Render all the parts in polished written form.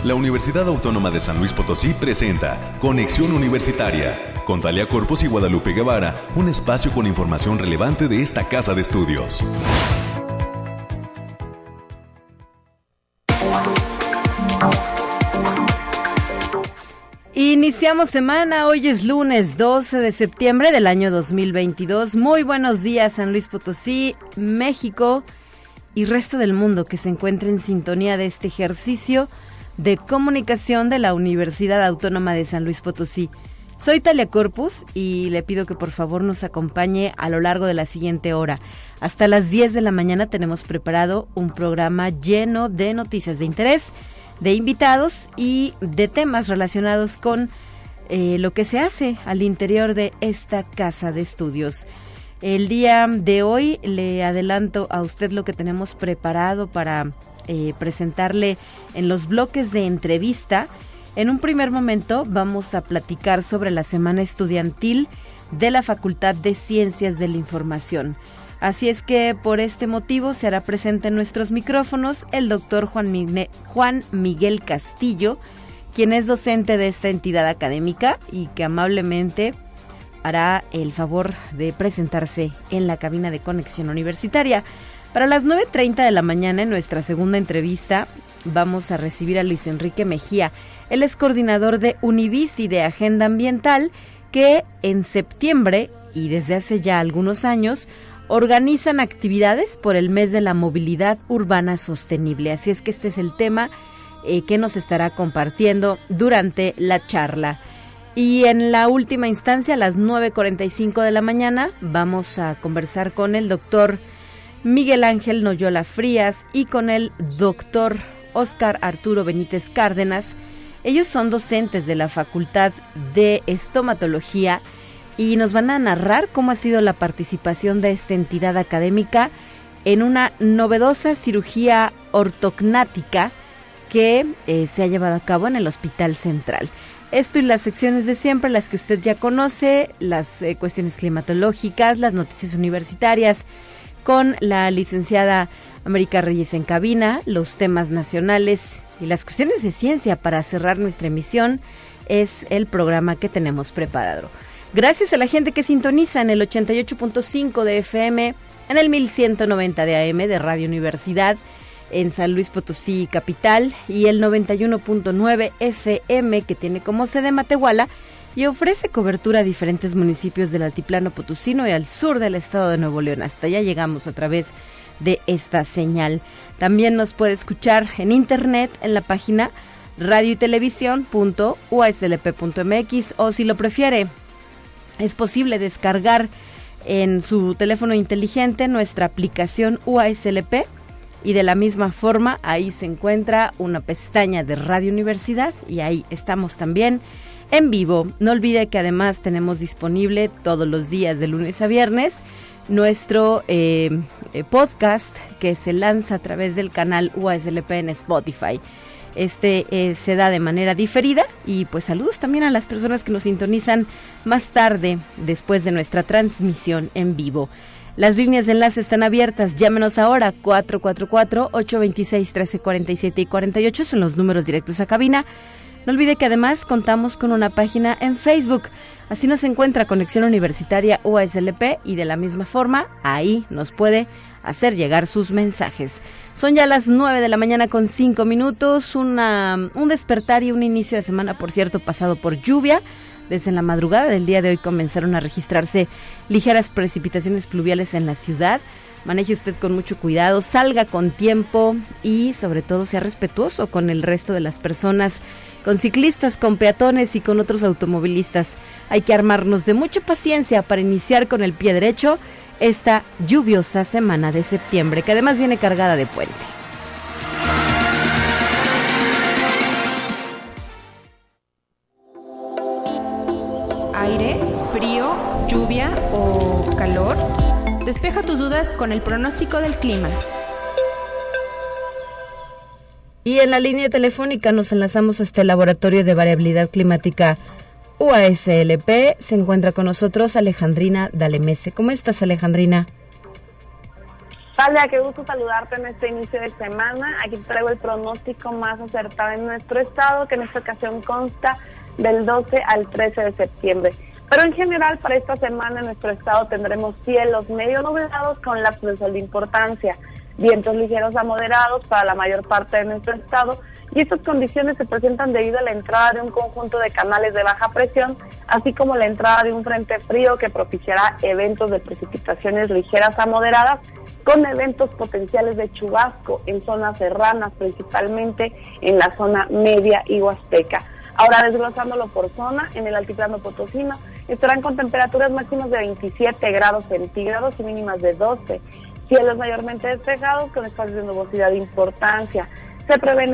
la Universidad Autónoma de San Luis Potosí presenta Conexión Universitaria con Thalia Corpus y Guadalupe Guevara, un espacio con información relevante de esta casa de estudios. Iniciamos semana, hoy es lunes 12 de septiembre del año 2022. Muy buenos días San Luis Potosí, México y resto del mundo que se encuentre en sintonía de este ejercicio de comunicación de la Universidad Autónoma de San Luis Potosí. Soy Thalia Corpus y le pido que por favor nos acompañe a lo largo de la siguiente hora. Hasta las 10 de la mañana tenemos preparado un programa lleno de noticias de interés, de invitados y de temas relacionados con lo que se hace al interior de esta casa de estudios. El día de hoy le adelanto a usted lo que tenemos preparado para presentarle en los bloques de entrevista. En un primer momento vamos a platicar sobre la Semana Estudiantil de la Facultad de Ciencias de la Información. Así es que por este motivo se hará presente en nuestros micrófonos el doctor Juan Miguel Castillo, quien es docente de esta entidad académica y que amablemente hará el favor de presentarse en la cabina de Conexión Universitaria. Para las 9:30 de la mañana, en nuestra segunda entrevista, vamos a recibir a Luis Enrique Mejía. Él es coordinador de Univici de Agenda Ambiental, que en septiembre y desde hace ya algunos años organizan actividades por el mes de la movilidad urbana sostenible. Así es que este es el tema que nos estará compartiendo durante la charla. Y en la última instancia, a las 9:45 de la mañana, vamos a conversar con el doctor Miguel Ángel Noyola Frías y con el doctor Óscar Arturo Benítez Cárdenas. Ellos son docentes de la Facultad de Estomatología y nos van a narrar cómo ha sido la participación de esta entidad académica en una novedosa cirugía ortognática que se ha llevado a cabo en el Hospital Central. Esto y las secciones de siempre, las que usted ya conoce, las cuestiones climatológicas, las noticias universitarias, con la licenciada América Reyes en cabina, los temas nacionales y las cuestiones de ciencia para cerrar nuestra emisión, es el programa que tenemos preparado. Gracias a la gente que sintoniza en el 88.5 de FM, en el 1190 de AM de Radio Universidad, en San Luis Potosí capital, y el 91.9 FM que tiene como sede Matehuala y ofrece cobertura a diferentes municipios del altiplano potosino y al sur del estado de Nuevo León. Hasta allá llegamos a través de esta señal. También nos puede escuchar en internet en la página radioytelevisión.uaslp.mx, o si lo prefiere, es posible descargar en su teléfono inteligente nuestra aplicación UASLP, y de la misma forma ahí se encuentra una pestaña de Radio Universidad y ahí estamos también en vivo. No olvide que además tenemos disponible todos los días de lunes a viernes nuestro podcast que se lanza a través del canal UASLP en Spotify. Se da de manera diferida y pues saludos también a las personas que nos sintonizan más tarde después de nuestra transmisión en vivo. Las líneas de enlace están abiertas, llámenos ahora 444-826-1347 y 48, son los números directos a cabina. No olvide que además contamos con una página en Facebook, así nos encuentra Conexión Universitaria UASLP y de la misma forma ahí nos puede hacer llegar sus mensajes. Son ya las 9 de la mañana con 5 minutos, un despertar y un inicio de semana, por cierto, pasado por lluvia. Desde la madrugada del día de hoy comenzaron a registrarse ligeras precipitaciones pluviales en la ciudad. Maneje usted con mucho cuidado, salga con tiempo y sobre todo sea respetuoso con el resto de las personas, con ciclistas, con peatones y con otros automovilistas. Hay que armarnos de mucha paciencia para iniciar con el pie derecho esta lluviosa semana de septiembre, que además viene cargada de puente. Aire, frío, lluvia o calor. Despeja tus dudas con el pronóstico del clima. Y en la línea telefónica nos enlazamos hasta el Laboratorio de Variabilidad Climática UASLP. Se encuentra con nosotros Alejandrina Dalemese. ¿Cómo estás, Alejandrina? Talia, qué gusto saludarte en este inicio de semana. Aquí te traigo el pronóstico más acertado en nuestro estado, que en esta ocasión consta del 12 al 13 de septiembre. Pero en general, para esta semana en nuestro estado tendremos cielos medio nublados con lapsos de sol de importancia, vientos ligeros a moderados para la mayor parte de nuestro estado, y estas condiciones se presentan debido a la entrada de un conjunto de canales de baja presión, así como la entrada de un frente frío que propiciará eventos de precipitaciones ligeras a moderadas, con eventos potenciales de chubasco en zonas serranas, principalmente en la zona media y huasteca. Ahora, desglosándolo por zona, en el altiplano potosino estarán con temperaturas máximas de 27 grados centígrados y mínimas de 12. Cielos mayormente despejados con espacios de nubosidad de importancia. Se prevén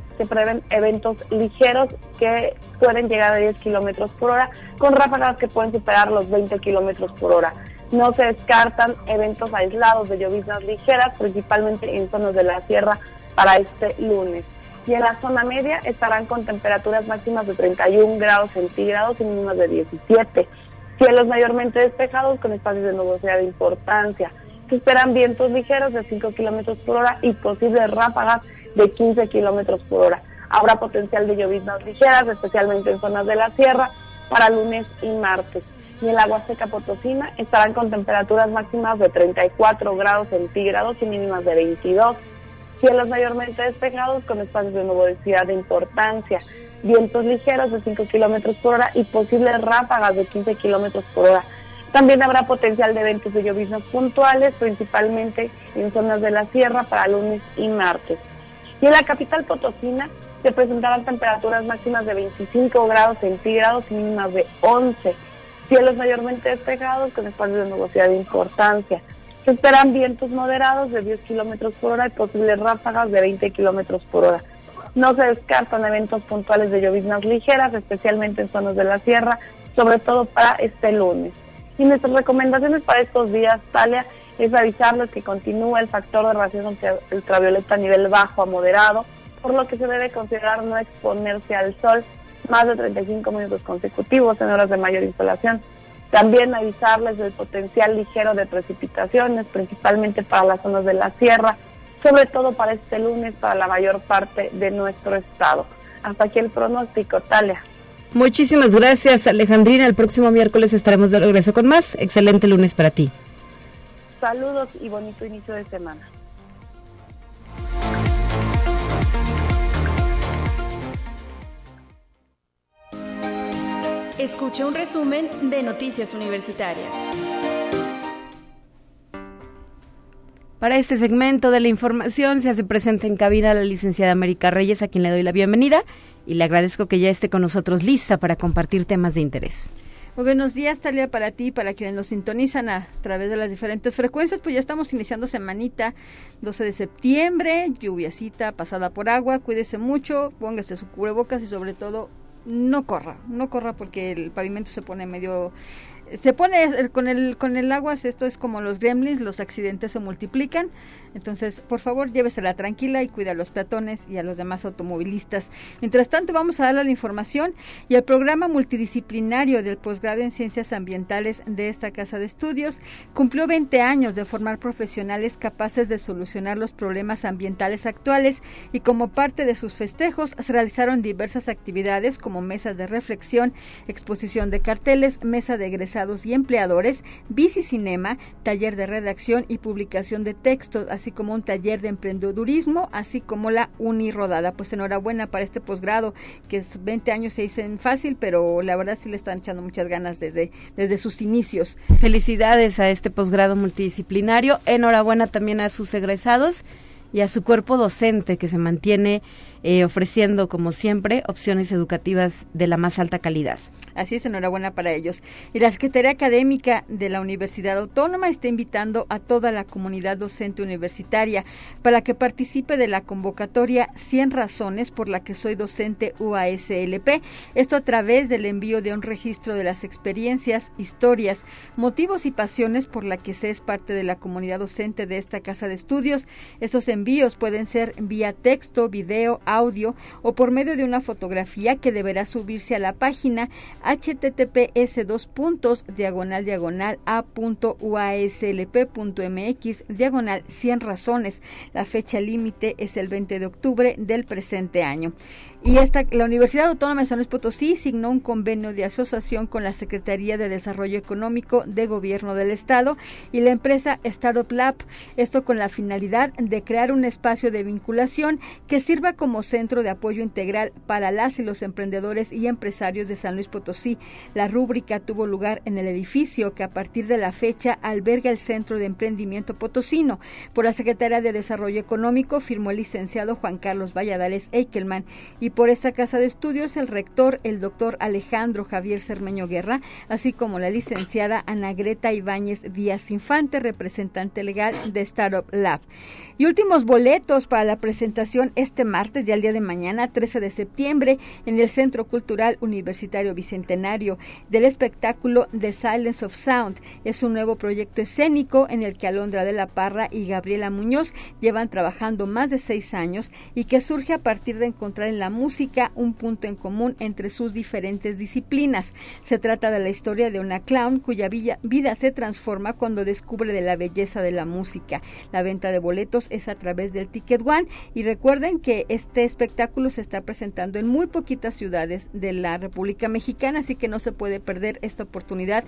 eventos ligeros que pueden llegar a 10 kilómetros por hora, con ráfagas que pueden superar los 20 kilómetros por hora. No se descartan eventos aislados de lloviznas ligeras, principalmente en zonas de la sierra para este lunes. Y en la zona media estarán con temperaturas máximas de 31 grados centígrados y mínimas de 17. Cielos mayormente despejados con espacios de nubosidad de importancia. Se esperan vientos ligeros de 5 kilómetros por hora y posibles ráfagas de 15 kilómetros por hora. Habrá potencial de lloviznas ligeras, especialmente en zonas de la sierra, para lunes y martes. Y en la Huasteca Potosina estarán con temperaturas máximas de 34 grados centígrados y mínimas de 22. Cielos mayormente despejados con espacios de nubosidad de importancia, vientos ligeros de 5 kilómetros por hora y posibles ráfagas de 15 kilómetros por hora. También habrá potencial de eventos de lloviznas puntuales, principalmente en zonas de la sierra para lunes y martes. Y en la capital potosina se presentarán temperaturas máximas de 25 grados centígrados y mínimas de 11. Cielos mayormente despejados con espacios de nubosidad de importancia. Se esperan vientos moderados de 10 kilómetros por hora y posibles ráfagas de 20 kilómetros por hora. No se descartan eventos puntuales de lloviznas ligeras, especialmente en zonas de la sierra, sobre todo para este lunes. Y nuestras recomendaciones para estos días, Talia, es avisarles que continúa el factor de radiación ultravioleta a nivel bajo a moderado, por lo que se debe considerar no exponerse al sol más de 35 minutos consecutivos en horas de mayor insolación. También avisarles del potencial ligero de precipitaciones, principalmente para las zonas de la sierra, sobre todo para este lunes, para la mayor parte de nuestro estado. Hasta aquí el pronóstico, Talia. Muchísimas gracias, Alejandrina. El próximo miércoles estaremos de regreso con más. Excelente lunes para ti. Saludos y bonito inicio de semana. Escuche un resumen de Noticias Universitarias. Para este segmento de la información se hace presente en cabina la licenciada América Reyes, a quien le doy la bienvenida y le agradezco que ya esté con nosotros lista para compartir temas de interés. Muy buenos días, Talia, para ti y para quienes nos sintonizan a través de las diferentes frecuencias. Pues ya estamos iniciando semanita, 12 de septiembre, lluviacita pasada por agua. Cuídese mucho, póngase su cubrebocas y sobre todo no corra porque el pavimento se pone con el agua, esto es como los gremlins, los accidentes se multiplican. Entonces, por favor, llévesela tranquila y cuida a los peatones y a los demás automovilistas. Mientras tanto, vamos a darle la información y el programa multidisciplinario del posgrado en Ciencias Ambientales de esta Casa de Estudios cumplió 20 años de formar profesionales capaces de solucionar los problemas ambientales actuales y como parte de sus festejos se realizaron diversas actividades como mesas de reflexión, exposición de carteles, mesa de egresados y empleadores, bicicinema, taller de redacción y publicación de textos, así como un taller de emprendedurismo, así como la Unirodada. Pues enhorabuena para este posgrado, que es 20 años se dicen fácil, pero la verdad sí le están echando muchas ganas desde sus inicios. Felicidades a este posgrado multidisciplinario, enhorabuena también a sus egresados y a su cuerpo docente que se mantiene ofreciendo, como siempre, opciones educativas de la más alta calidad. Así es, enhorabuena para ellos. Y la Secretaría Académica de la Universidad Autónoma está invitando a toda la comunidad docente universitaria para que participe de la convocatoria 100 razones por la que soy docente UASLP. Esto a través del envío de un registro de las experiencias, historias, motivos y pasiones por la que se es parte de la comunidad docente de esta casa de estudios. Estos envíos pueden ser vía texto, video, audio o por medio de una fotografía que deberá subirse a la página https://a.uaslp.mx/100 razones. La fecha límite es el 20 de octubre del presente año. Y la Universidad Autónoma de San Luis Potosí signó un convenio de asociación con la Secretaría de Desarrollo Económico de Gobierno del Estado y la empresa Startup Lab, esto con la finalidad de crear un espacio de vinculación que sirva como centro de apoyo integral para las y los emprendedores y empresarios de San Luis Potosí. La rúbrica tuvo lugar en el edificio que a partir de la fecha alberga el Centro de Emprendimiento Potosino. Por la Secretaría de Desarrollo Económico firmó el licenciado Juan Carlos Valladares Eichelman, y por esta casa de estudios el rector, el doctor Alejandro Javier Cermeño Guerra, así como la licenciada Ana Greta Ibáñez Díaz Infante, representante legal de Startup Lab. Y últimos boletos para la presentación este martes, ya el día de mañana, 13 de septiembre, en el Centro Cultural Universitario Bicentenario, del espectáculo The Silence of Sound. Es un nuevo proyecto escénico en el que Alondra de la Parra y Gabriela Muñoz llevan trabajando más de 6 años y que surge a partir de encontrar en la música un punto en común entre sus diferentes disciplinas. Se trata de la historia de una clown cuya vida se transforma cuando descubre de la belleza de la música. La venta de boletos es a través del Ticket One, y recuerden que este espectáculo se está presentando en muy poquitas ciudades de la República Mexicana, así que no se puede perder esta oportunidad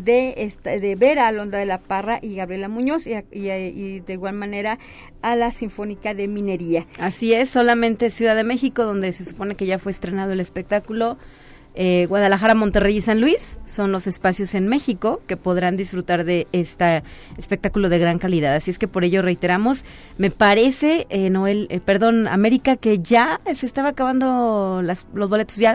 de ver a Alondra de la Parra y Gabriela Muñoz y de igual manera a la Sinfónica de Minería. Así es, solamente Ciudad de México, donde se supone que ya fue estrenado el espectáculo. Guadalajara, Monterrey y San Luis son los espacios en México que podrán disfrutar de este espectáculo de gran calidad. Así es que por ello reiteramos, me parece, América, que ya se estaba acabando los boletos, ya,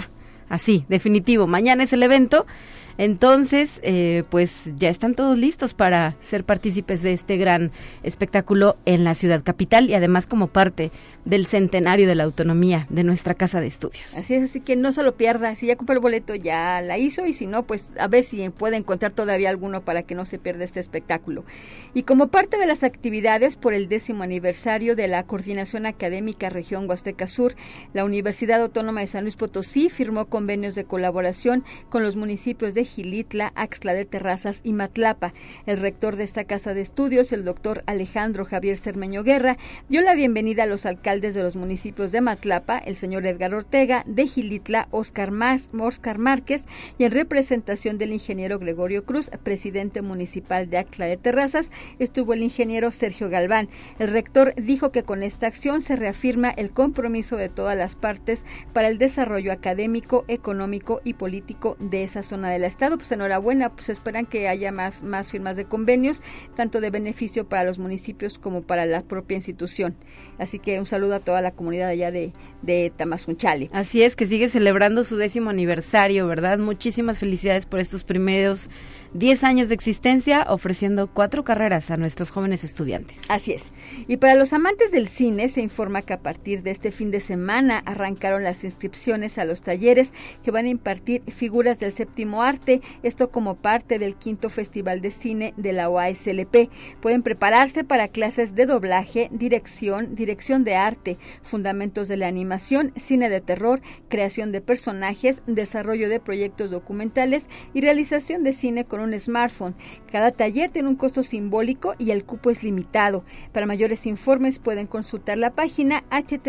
así, definitivo. Mañana es el evento. Entonces, pues ya están todos listos para ser partícipes de este gran espectáculo en la ciudad capital y además como parte del centenario de la autonomía de nuestra casa de estudios. Así es, así que no se lo pierda. Si ya compró el boleto, ya la hizo, y si no, pues a ver si puede encontrar todavía alguno para que no se pierda este espectáculo. Y como parte de las actividades por el 10º aniversario de la Coordinación Académica Región Huasteca Sur, la Universidad Autónoma de San Luis Potosí firmó convenios de colaboración con los municipios de Xilitla, Axtla de Terrazas y Matlapa. El rector de esta casa de estudios, el doctor Alejandro Javier Cermeño Guerra, dio la bienvenida a los alcaldes de los municipios de Matlapa, el señor Edgar Ortega, de Xilitla, Óscar Márquez, y en representación del ingeniero Gregorio Cruz, presidente municipal de Axtla de Terrazas, estuvo el ingeniero Sergio Galván. El rector dijo que con esta acción se reafirma el compromiso de todas las partes para el desarrollo académico, económico y político de esa zona del estado. Pues enhorabuena, pues esperan que haya más firmas de convenios, tanto de beneficio para los municipios como para la propia institución. Así que un saludo a toda la comunidad allá de Tamazunchale. Así es, que sigue celebrando su 10º aniversario, ¿verdad? Muchísimas felicidades por estos primeros 10 años de existencia, ofreciendo 4 carreras a nuestros jóvenes estudiantes. Así es. Y para los amantes del cine, se informa que a partir de este fin de semana arrancaron las inscripciones a los talleres que van a impartir figuras del séptimo arte, esto como parte del 5º Festival de Cine de la UASLP. Pueden prepararse para clases de doblaje, dirección de arte, fundamentos de la animación, cine de terror, creación de personajes, desarrollo de proyectos documentales y realización de cine con un smartphone. Cada taller tiene un costo simbólico y el cupo es limitado. Para mayores informes pueden consultar la página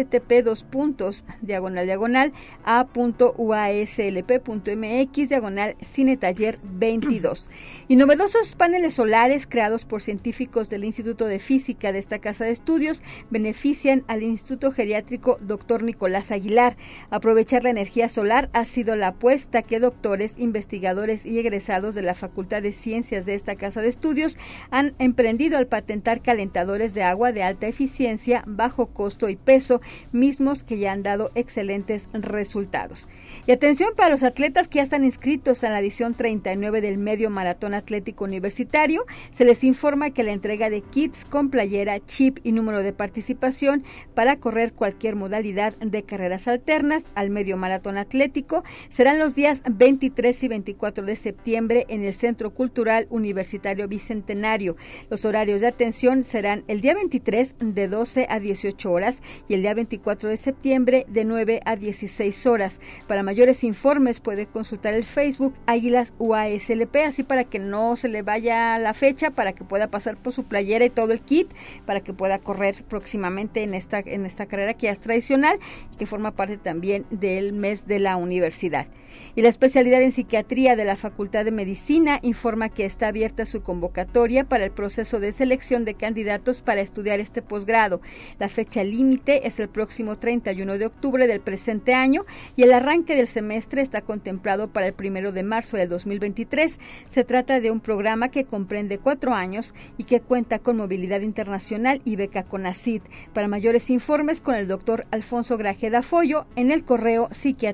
http://a.uaslp.mx/cinetaller 22. Y novedosos paneles solares creados por científicos del Instituto de Física de esta casa de estudios benefician al Instituto Geriátrico Dr. Nicolás Aguilar. Aprovechar la energía solar ha sido la apuesta que doctores, investigadores y egresados de la Facultad de Ciencias de esta casa de estudios han emprendido al patentar calentadores de agua de alta eficiencia, bajo costo y peso, mismos que ya han dado excelentes resultados. Y atención para los atletas que ya están inscritos en la edición 39 del Medio Maratón Atlético Universitario. Se les informa que la entrega de kits con playera, chip y número de participación para correr cualquier modalidad de carreras alternas al Medio Maratón Atlético serán los días 23 y 24 de septiembre en el Centro Cultural Universitario Bicentenario. Los horarios de atención serán el día 23 de 12 a 18 horas y el día 24 de septiembre de 9 a 16 horas. Para mayores informes puede consultar el Facebook Águilas UASLP, así para que no se le vaya la fecha, para que pueda pasar por su playera y todo el kit, para que pueda correr próximamente en esta carrera que ya es tradicional y que forma parte también del mes de la universidad. Y la especialidad en psiquiatría de la Facultad de Medicina informa que está abierta su convocatoria para el proceso de selección de candidatos para estudiar este posgrado. La fecha límite es el próximo 31 de octubre del presente año y el arranque del semestre está contemplado para el 1 de marzo del 2023. Se trata de un programa que comprende 4 años y que cuenta con movilidad internacional y beca CONACYT. Para mayores informes con el doctor Alfonso Grajeda Follo en el correo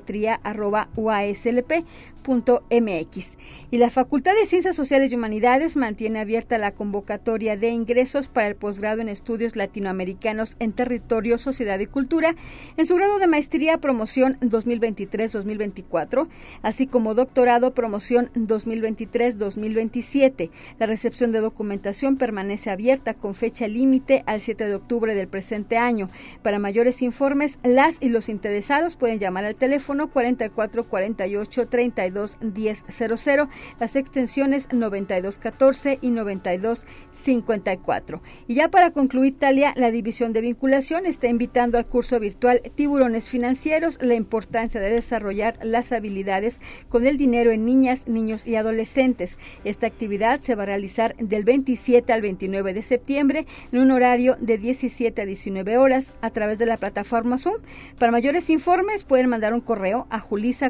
psiquiatría@uaslp.mx. Y la Facultad de Ciencias Sociales y Humanidades mantiene abierta la convocatoria de ingresos para el posgrado en estudios latinoamericanos en territorio, sociedad y cultura en su grado de maestría promoción 2023-2024, así como doctorado promoción 2023-2027. La recepción de documentación permanece abierta con fecha límite al 7 de octubre del presente año. Para mayores informes, las y los interesados pueden llamar al teléfono 4448-321000, las extensiones 9214 y 9254. Y ya para concluir, Talia, la División de Vinculación está invitando al curso virtual Tiburones Financieros, la importancia de desarrollar las habilidades con el dinero en niñas, niños y adolescentes. Esta actividad se va a realizar del 27 al 29 de septiembre en un horario de 17 a 19 horas a través de la plataforma Zoom. Para mayores informes pueden mandar un correo a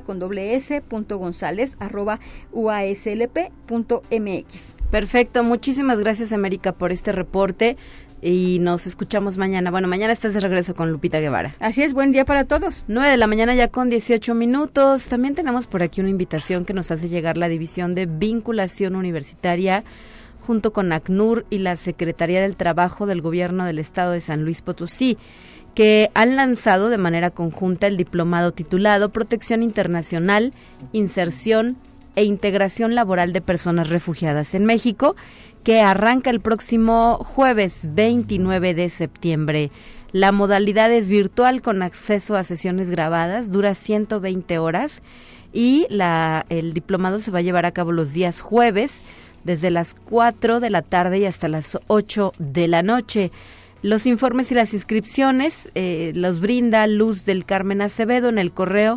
julisa.gonzalez@uaslp.mx. Perfecto, muchísimas gracias, América, por este reporte y nos escuchamos mañana. Bueno, mañana estás de regreso con Lupita Guevara. Así es, buen día para todos. 9 de la mañana ya con 18 minutos. También tenemos por aquí una invitación que nos hace llegar la División de Vinculación Universitaria junto con ACNUR y la Secretaría del Trabajo del Gobierno del Estado de San Luis Potosí, que han lanzado de manera conjunta el diplomado titulado Protección Internacional, Inserción e Integración Laboral de Personas Refugiadas en México, que arranca el próximo jueves 29 de septiembre. La modalidad es virtual con acceso a sesiones grabadas, dura 120 horas y el diplomado se va a llevar a cabo los días jueves desde las 4 de la tarde y hasta las 8 de la noche. Los informes y las inscripciones los brinda Luz del Carmen Acevedo en el correo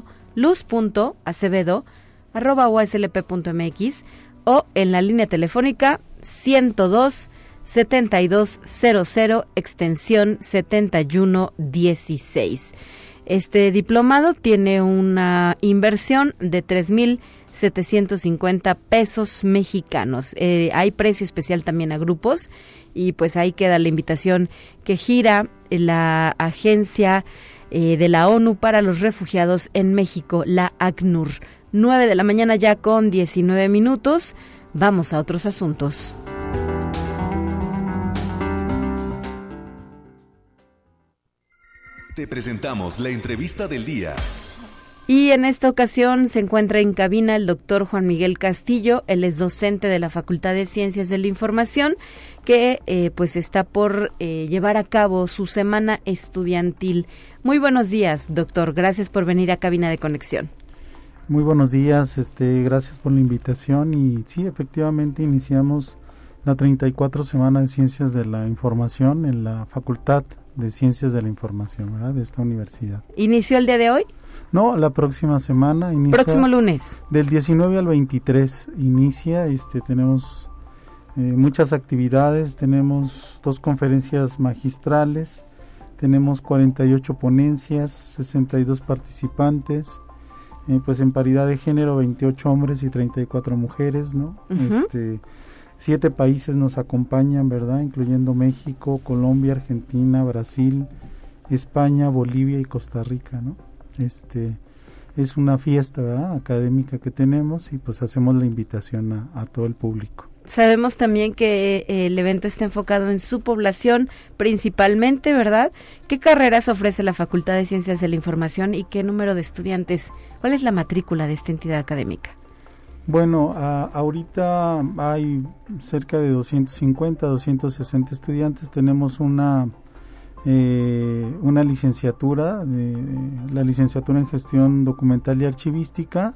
luz.acevedo@uaslp.mx o en la línea telefónica 102-7200 extensión 7116. Este diplomado tiene una inversión de 3,750 pesos mexicanos. Hay precio especial también a grupos y pues ahí queda la invitación que gira la Agencia de la ONU para los Refugiados en México, la ACNUR. 9 de la mañana ya con 19 minutos. Vamos a otros asuntos. Te presentamos la entrevista del día. Y en esta ocasión se encuentra en cabina el doctor Juan Miguel Castillo. Él es docente de la Facultad de Ciencias de la Información, que pues está por llevar a cabo su semana estudiantil. Muy buenos días, doctor. Gracias por venir a Cabina de Conexión. Muy buenos días, gracias por la invitación. Y sí, efectivamente iniciamos la 34 Semana de Ciencias de la Información en la Facultad de Ciencias de la Información, ¿verdad?, de esta universidad. ¿Inició el día de hoy? No, la próxima semana inicia. Próximo lunes. Del 19 al 23 inicia, tenemos muchas actividades, tenemos 2 conferencias magistrales, tenemos 48 ponencias, 62 participantes, pues en paridad de género 28 hombres y 34 mujeres, ¿no? Uh-huh. 7 países nos acompañan, ¿verdad?, incluyendo México, Colombia, Argentina, Brasil, España, Bolivia y Costa Rica, ¿no? es una fiesta, ¿verdad?, académica que tenemos, y pues hacemos la invitación a todo el público. Sabemos también que el evento está enfocado en su población principalmente, ¿verdad? ¿Qué carreras ofrece la Facultad de Ciencias de la Información y qué número de estudiantes? ¿Cuál es la matrícula de esta entidad académica? Bueno, ahorita hay cerca de 250, 260 estudiantes. Tenemos una licenciatura, la licenciatura en Gestión Documental y Archivística,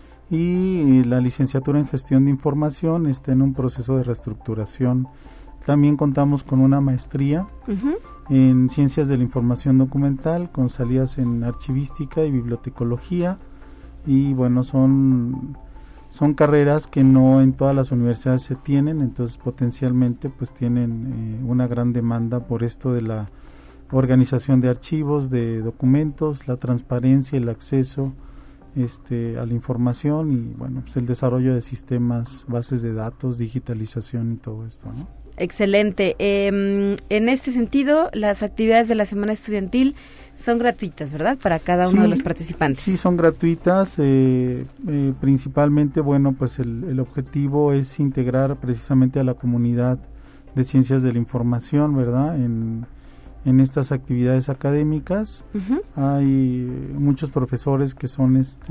y la licenciatura en Gestión de Información está en un proceso de reestructuración. También contamos con una maestría en Ciencias de la Información Documental, con salidas en Archivística y Bibliotecología, y bueno, son carreras que no en todas las universidades se tienen, entonces potencialmente pues tienen una gran demanda por esto de la organización de archivos, de documentos, la transparencia, el acceso a la información, y bueno, pues el desarrollo de sistemas, bases de datos, digitalización y todo esto, ¿no? Excelente. En este sentido, las actividades de la Semana Estudiantil son gratuitas, ¿verdad?, para cada uno de los participantes. Sí, son gratuitas. Principalmente, bueno, pues el objetivo es integrar precisamente a la comunidad de ciencias de la información, ¿verdad?, en estas actividades académicas. Hay muchos profesores que son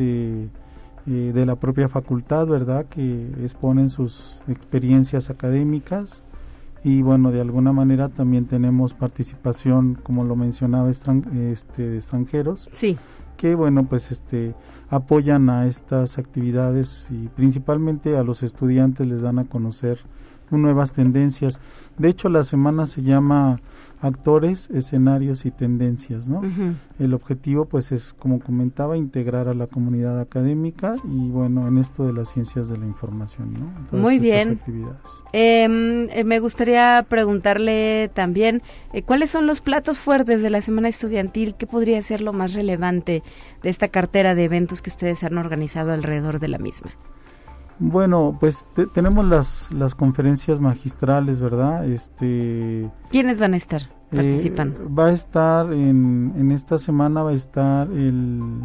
de la propia facultad, ¿verdad?, que exponen sus experiencias académicas, y bueno, de alguna manera también tenemos participación, como lo mencionaba, de extranjeros. Sí. Que bueno, pues apoyan a estas actividades, y principalmente a los estudiantes les dan a conocer nuevas tendencias. De hecho, la semana se llama Actores, Escenarios y Tendencias, ¿no? El objetivo, pues, es, como comentaba, integrar a la comunidad académica, y bueno, en esto de las ciencias de la información, ¿no? Todas muy bien. Actividades. Me gustaría preguntarle también, ¿cuáles son los platos fuertes de la Semana Estudiantil? ¿Qué podría ser lo más relevante de esta cartera de eventos que ustedes han organizado alrededor de la misma? Bueno, pues tenemos las conferencias magistrales, ¿verdad? ¿Quiénes van a estar participando? Va a estar en esta semana, va a estar el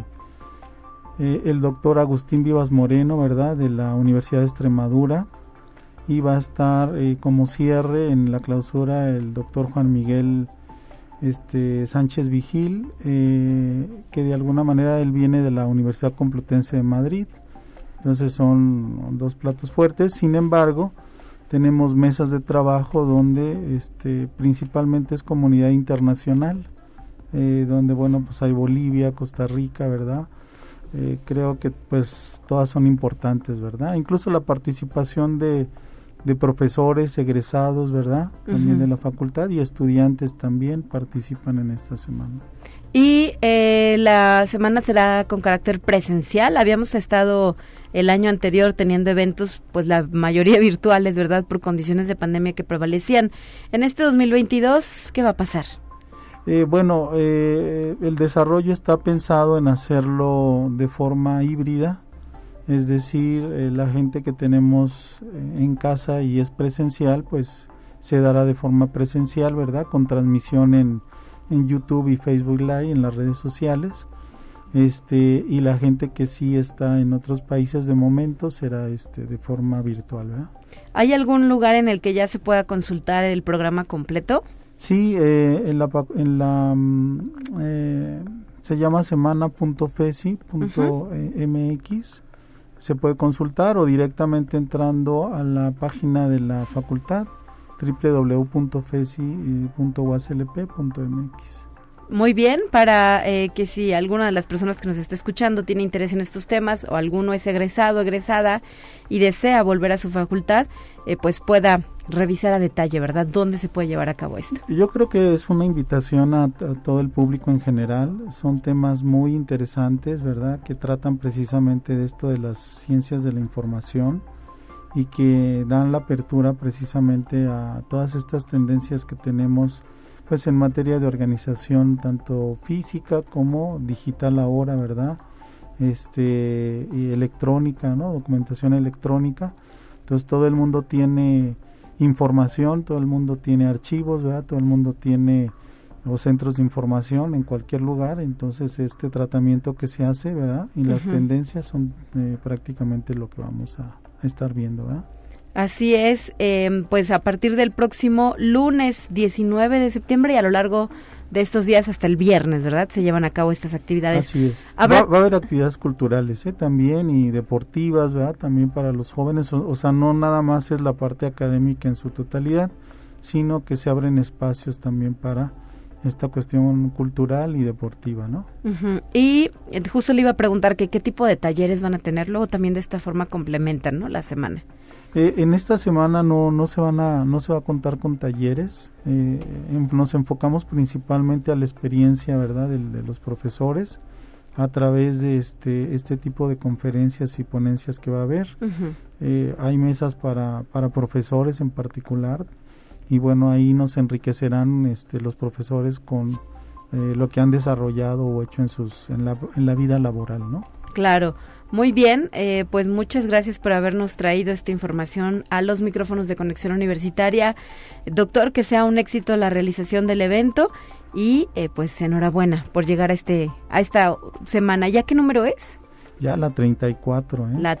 doctor Agustín Vivas Moreno, ¿verdad?, de la Universidad de Extremadura, y va a estar como cierre en la clausura el doctor Juan Miguel Sánchez Vigil, que de alguna manera él viene de la Universidad Complutense de Madrid. Entonces son dos platos fuertes. Sin embargo, tenemos mesas de trabajo donde principalmente es comunidad internacional, donde bueno, pues hay Bolivia, Costa Rica, ¿verdad? Creo que pues todas son importantes, ¿verdad? Incluso la participación de profesores egresados, ¿verdad?, también de la facultad, y estudiantes también participan en esta semana. Y la semana será con carácter presencial. Habíamos estado el año anterior teniendo eventos, pues la mayoría virtuales, ¿verdad?, por condiciones de pandemia que prevalecían. En este 2022, ¿qué va a pasar? El desarrollo está pensado en hacerlo de forma híbrida, es decir, la gente que tenemos en casa y es presencial, pues se dará de forma presencial, ¿verdad?, con transmisión en YouTube y Facebook Live, en las redes sociales, y la gente que sí está en otros países de momento será de forma virtual, ¿verdad? ¿Hay algún lugar en el que ya se pueda consultar el programa completo? Sí, se llama semana.fesi.mx. Se puede consultar, o directamente entrando a la página de la facultad, www.fesi.uaslp.mx. Muy bien, para que si alguna de las personas que nos está escuchando tiene interés en estos temas, o alguno es egresado, egresada, y desea volver a su facultad, pues pueda revisar a detalle, ¿verdad?, dónde se puede llevar a cabo esto. Yo creo que es una invitación a todo el público en general. Son temas muy interesantes, ¿verdad?, que tratan precisamente de esto de las ciencias de la información, y que dan la apertura precisamente a todas estas tendencias que tenemos, pues en materia de organización, tanto física como digital ahora, ¿verdad?, y electrónica, ¿no?, documentación electrónica. Entonces todo el mundo tiene información, todo el mundo tiene archivos, ¿verdad?, todo el mundo tiene o centros de información en cualquier lugar. Entonces este tratamiento que se hace, ¿verdad? Y las tendencias son prácticamente lo que vamos a estar viendo, ¿verdad? Así es, pues a partir del próximo lunes 19 de septiembre y a lo largo de estos días hasta el viernes, ¿verdad? Se llevan a cabo estas actividades. Así es. Va a haber actividades culturales también y deportivas, ¿verdad? También para los jóvenes, o sea, no nada más es la parte académica en su totalidad, sino que se abren espacios también para esta cuestión cultural y deportiva, ¿no? Y justo le iba a preguntar que qué tipo de talleres van a tener, luego también de esta forma complementan, ¿no? La semana. En esta semana no se va a contar con talleres. Nos enfocamos principalmente a la experiencia, ¿verdad?, de los profesores a través de este tipo de conferencias y ponencias que va a haber. Hay mesas para profesores en particular y bueno, ahí nos enriquecerán los profesores con lo que han desarrollado o hecho en la vida laboral, ¿no? Claro. Muy bien, pues muchas gracias por habernos traído esta información a los micrófonos de Conexión Universitaria. Doctor, que sea un éxito la realización del evento y pues enhorabuena por llegar a esta semana. ¿Ya qué número es? Ya la 34, La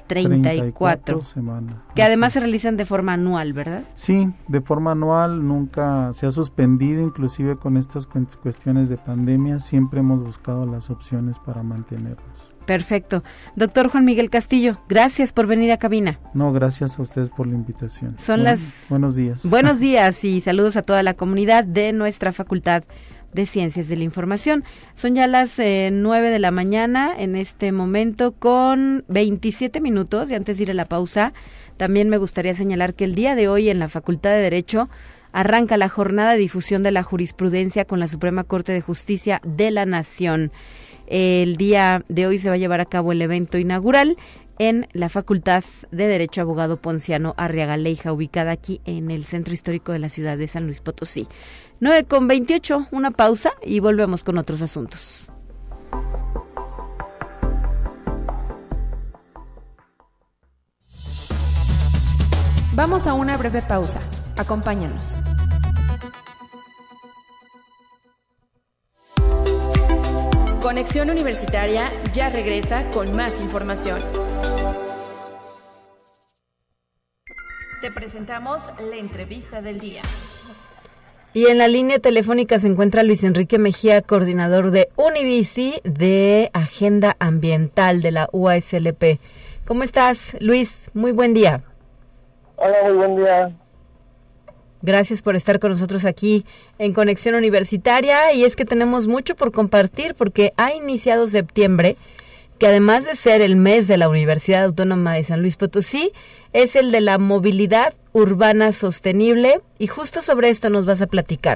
34 semana. Que además se realizan de forma anual, ¿verdad? Sí, de forma anual, nunca se ha suspendido, inclusive con estas cuestiones de pandemia, siempre hemos buscado las opciones para mantenernos. Perfecto. Doctor Juan Miguel Castillo, gracias por venir a cabina. No, gracias a ustedes por la invitación. Buenos días. Buenos días y saludos a toda la comunidad de nuestra Facultad de Ciencias de la Información. Son ya las 9 de la mañana en este momento con 27 minutos y antes de ir a la pausa, también me gustaría señalar que el día de hoy en la Facultad de Derecho arranca la jornada de difusión de la jurisprudencia con la Suprema Corte de Justicia de la Nación. El día de hoy se va a llevar a cabo el evento inaugural en la Facultad de Derecho Abogado Ponciano Arriaga Leija, ubicada aquí en el centro histórico de la ciudad de San Luis Potosí. 9:28, una pausa y volvemos con otros asuntos. Vamos a una breve pausa. Acompáñanos. Conexión Universitaria ya regresa con más información. Te presentamos la entrevista del día. Y en la línea telefónica se encuentra Luis Enrique Mejía, coordinador de Univici de Agenda Ambiental de la UASLP. ¿Cómo estás, Luis? Muy buen día. Hola, muy buen día. Gracias por estar con nosotros aquí en Conexión Universitaria y es que tenemos mucho por compartir porque ha iniciado septiembre, que además de ser el mes de la Universidad Autónoma de San Luis Potosí, es el de la movilidad urbana sostenible y justo sobre esto nos vas a platicar.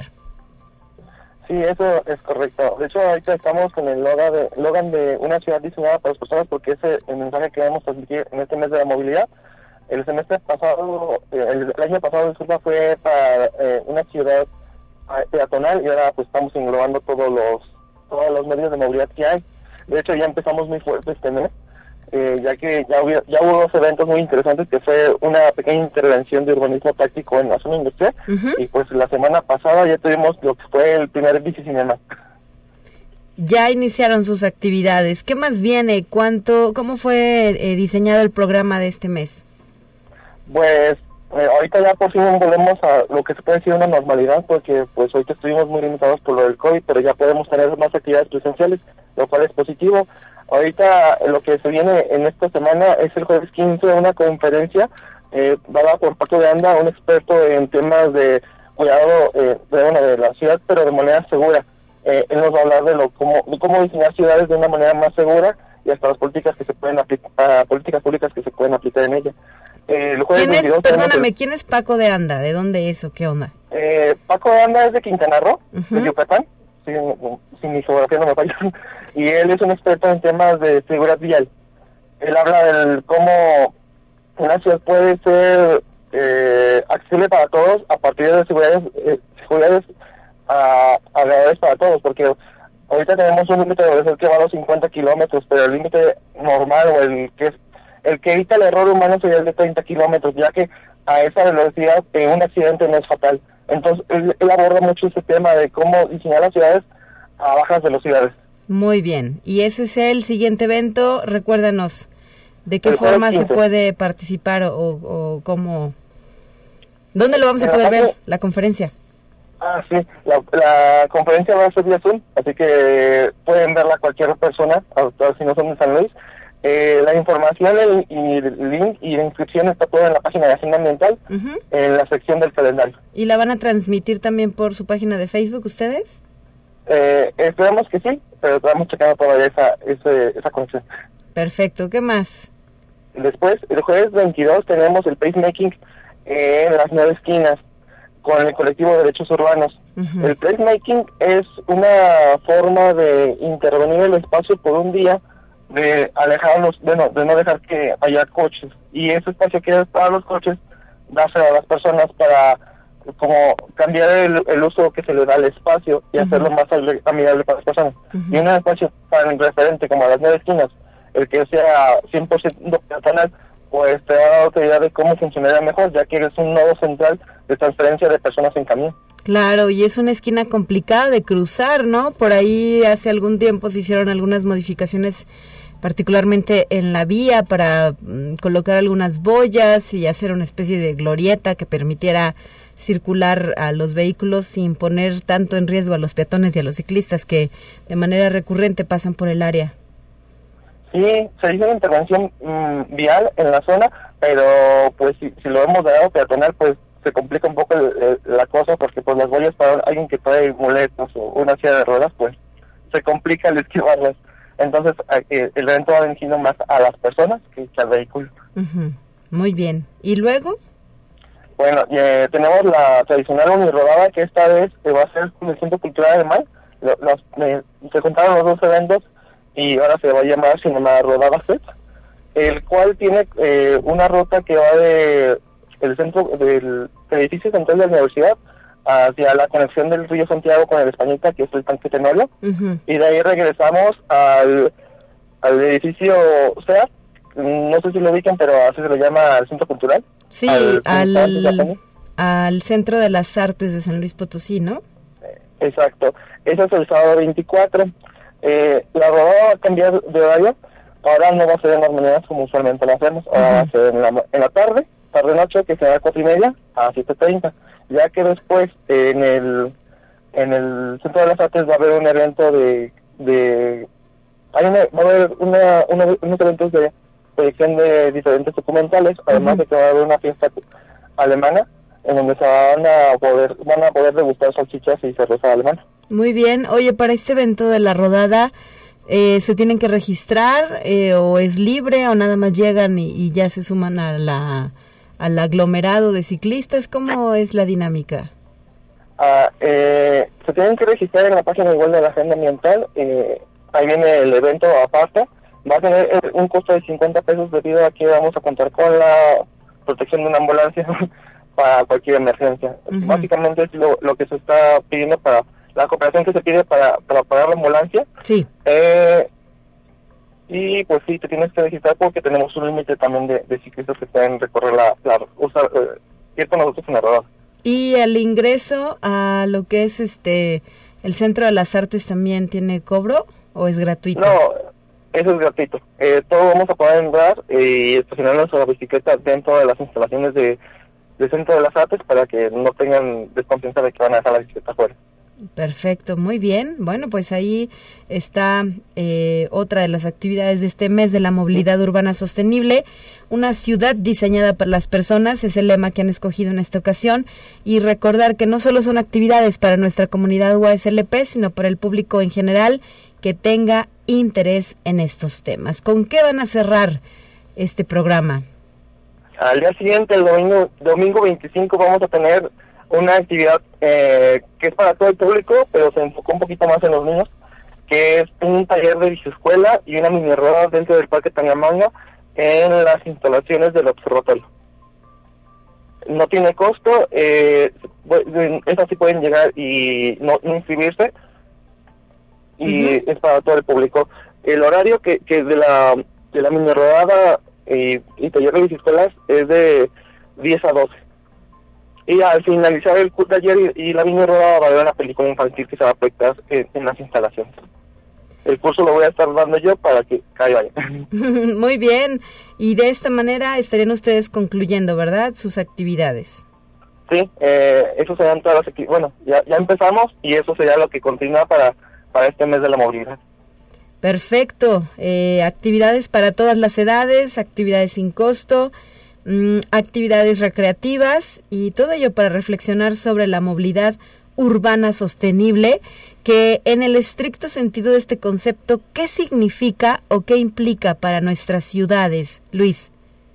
Sí, eso es correcto. De hecho, ahorita estamos con el logan de una ciudad diseñada para las personas porque ese es el mensaje que vamos a transmitir en este mes de la movilidad. El semestre pasado, el año pasado, disculpa, fue para una ciudad peatonal y ahora pues estamos englobando todos los medios de movilidad que hay. De hecho, ya empezamos muy fuerte este mes, ya que ya hubo dos eventos muy interesantes, que fue una pequeña intervención de urbanismo táctico en la zona industrial, y pues la semana pasada ya tuvimos lo que fue el primer bicicinema. Ya iniciaron sus actividades. ¿Qué más viene? ¿Cómo fue diseñado el programa de este mes? Pues ahorita ya por fin volvemos a lo que se puede decir una normalidad, porque pues ahorita estuvimos muy limitados por lo del COVID, pero ya podemos tener más actividades presenciales, lo cual es positivo. Ahorita lo que se viene en esta semana es el jueves 15, una conferencia dada por Paco de Anda, un experto en temas de cuidado de la ciudad, pero de manera segura. Él nos va a hablar de cómo diseñar ciudades de una manera más segura y hasta las políticas que se pueden aplicar, políticas públicas que se pueden aplicar en ella. ¿Quién es Paco de Anda? ¿De dónde es o qué onda? Paco de Anda es de Quintana Roo, de Yucatán, si mi geografía no me falla, y él es un experto en temas de seguridad vial. Él habla de cómo una ciudad puede ser accesible para todos a partir de seguridades agradables para todos, porque ahorita tenemos un límite de velocidad que va a los 50 kilómetros, pero el límite normal o el que evita el error humano sería el de 30 kilómetros, ya que a esa velocidad un accidente no es fatal. Entonces, él aborda mucho ese tema de cómo diseñar las ciudades a bajas velocidades. Muy bien. Y ese es el siguiente evento. Recuérdanos, ¿de qué El jueves forma se 15. puede participar o cómo? ¿Dónde lo vamos a poder ver, la conferencia? Sí, la conferencia va a ser vía Zoom, así que pueden verla cualquier persona, si no son de San Luis. La información y el link y la inscripción está todo en la página de Agenda Ambiental, en la sección del calendario. ¿Y la van a transmitir también por su página de Facebook ustedes? Esperamos que sí, pero estamos checando todavía esa conexión. Perfecto, ¿qué más? Después, el jueves 22 tenemos el placemaking en las 9 esquinas con el colectivo de derechos urbanos. El placemaking es una forma de intervenir el espacio por un día, de alejarlos, de no dejar que haya coches, y ese espacio que es para los coches, dárselo a las personas para como cambiar el uso que se le da al espacio y hacerlo más amigable para las personas. Y un espacio tan referente como a las 9 esquinas, el que sea 100% peatonal, pues te da la autoridad de cómo funcionaría mejor, ya que es un nodo central de transferencia de personas en camión. Claro, y es una esquina complicada de cruzar, ¿no? Por ahí hace algún tiempo se hicieron algunas modificaciones, particularmente en la vía, para colocar algunas boyas y hacer una especie de glorieta que permitiera circular a los vehículos sin poner tanto en riesgo a los peatones y a los ciclistas que de manera recurrente pasan por el área. Sí, se hizo una intervención vial en la zona, pero pues si lo vemos de lado peatonal, pues se complica un poco la cosa, porque pues las boyas para alguien que trae muletas o una silla de ruedas, pues se complica el esquivarlas. Entonces el evento va dirigido más a las personas que al vehículo. Muy bien. ¿Y luego? Bueno, tenemos la tradicional unirodada, que esta vez va a ser con el Centro Cultural Alemán. Se juntaron los dos eventos y ahora se va a llamar Cinema Rodada Fest, el cual tiene una ruta que va del centro del edificio central de la universidad hacia la conexión del río Santiago con el Españita, que es el Tanque Tenorio, y de ahí regresamos al edificio SEAT, no sé si lo ubican, pero así se lo llama el Centro Cultural. Sí, al Centro de las Artes de San Luis Potosí, ¿no? Exacto, ese es el sábado 24. La rodada va a cambiar de horario. Ahora no va a ser en las mañanas como usualmente lo hacemos, ahora va a ser en la tarde-noche, que será 4:30 a 7:30, ya que después en el Centro de las Artes va a haber un evento va a haber unos eventos de proyección de diferentes documentales, además de que va a haber una fiesta alemana en donde se van a poder degustar salchichas y cerveza alemana. Muy bien. Oye, para este evento de la rodada, ¿se tienen que registrar o es libre o nada más llegan y ya se suman al aglomerado de ciclistas? ¿Cómo es la dinámica? Se tienen que registrar en la página igual de la Agenda Ambiental. Ahí viene el evento aparte. Va a tener un costo de 50 pesos debido a que vamos a contar con la protección de una ambulancia para cualquier emergencia. Básicamente es lo que se está pidiendo para la cooperación que se pide para pagar la ambulancia. Sí. Y pues sí, te tienes que registrar porque tenemos un límite también de ciclistas que pueden recorrer ir con nosotros en la rodada. ¿Y el ingreso a lo que es el Centro de las Artes también tiene cobro o es gratuito? No, eso es gratuito. Todos vamos a poder entrar y estacionar nuestra bicicleta dentro de las instalaciones del Centro de las Artes para que no tengan desconfianza de que van a dejar la bicicleta afuera. Perfecto, muy bien. Bueno, pues ahí está otra de las actividades de este mes de la movilidad urbana sostenible. Una ciudad diseñada para las personas es el lema que han escogido en esta ocasión, y recordar que no solo son actividades para nuestra comunidad UASLP, sino para el público en general que tenga interés en estos temas. ¿Con qué van a cerrar este programa? Al día siguiente, el domingo 25, vamos a tener una actividad que es para todo el público, pero se enfocó un poquito más en los niños, que es un taller de biciescuela y una mini rueda dentro del Parque Tangamanga en las instalaciones del observatorio. No tiene costo, es así, pueden llegar y no inscribirse, y es para todo el público. El horario que de la mini rodada y taller de biciescuelas es de 10 a 12. Y al finalizar el curso de ayer y la vine rodada, va a haber una película infantil que se va a proyectar en las instalaciones. El curso lo voy a estar dando yo para que caiga. Muy bien, y de esta manera estarían ustedes concluyendo, ¿verdad?, sus actividades. Sí, eso serán todas las actividades. Bueno, ya empezamos y eso sería lo que continúa para este mes de la movilidad. Perfecto, actividades para todas las edades, actividades sin costo, actividades recreativas y todo ello para reflexionar sobre la movilidad urbana sostenible, que en el estricto sentido de este concepto, ¿qué significa o qué implica para nuestras ciudades, Luis?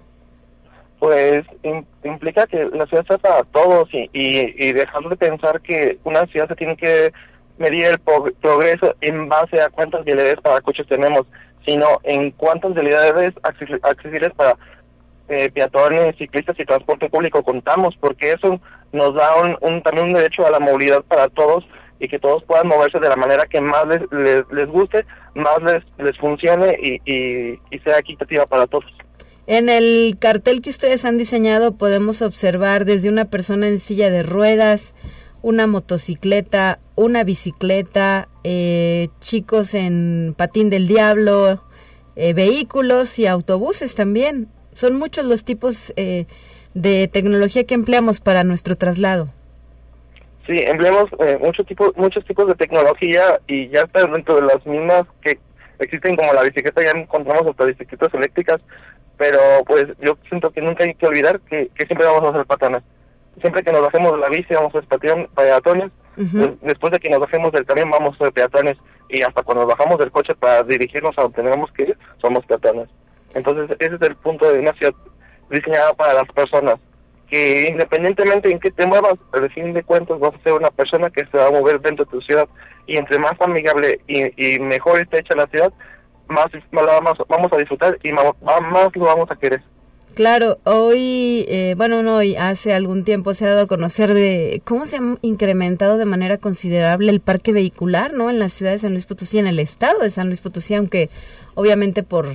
Pues implica que la ciudad sea para todos y dejar de pensar que una ciudad se tiene que medir el progreso en base a cuántas vialidades para coches tenemos, sino en cuántas vialidades accesibles para peatones, ciclistas y transporte público contamos, porque eso nos da también un derecho a la movilidad para todos y que todos puedan moverse de la manera que más les guste, más les funcione y sea equitativa para todos. En el cartel que ustedes han diseñado podemos observar desde una persona en silla de ruedas, una motocicleta, una bicicleta, chicos en patín del diablo, vehículos y autobuses también. Son muchos los tipos de tecnología que empleamos para nuestro traslado. Sí, empleamos muchos tipos de tecnología y ya está dentro de las mismas que existen, como la bicicleta, ya encontramos hasta bicicletas eléctricas, pero pues yo siento que nunca hay que olvidar que siempre vamos a hacer peatones. Siempre que nos bajemos de la bici vamos a hacer peatones, después de que nos bajemos del camión vamos a ser peatones, y hasta cuando nos bajamos del coche para dirigirnos a donde tenemos que ir, somos peatones. Entonces ese es el punto de una ciudad diseñada para las personas, que independientemente en qué te muevas, al fin de cuentas vas a ser una persona que se va a mover dentro de tu ciudad, y entre más amigable y mejor esté hecha la ciudad, más vamos a disfrutar y más lo vamos a querer. Claro, hoy, hace algún tiempo se ha dado a conocer de cómo se ha incrementado de manera considerable el parque vehicular, ¿no?, en la ciudad de San Luis Potosí, en el estado de San Luis Potosí, aunque obviamente por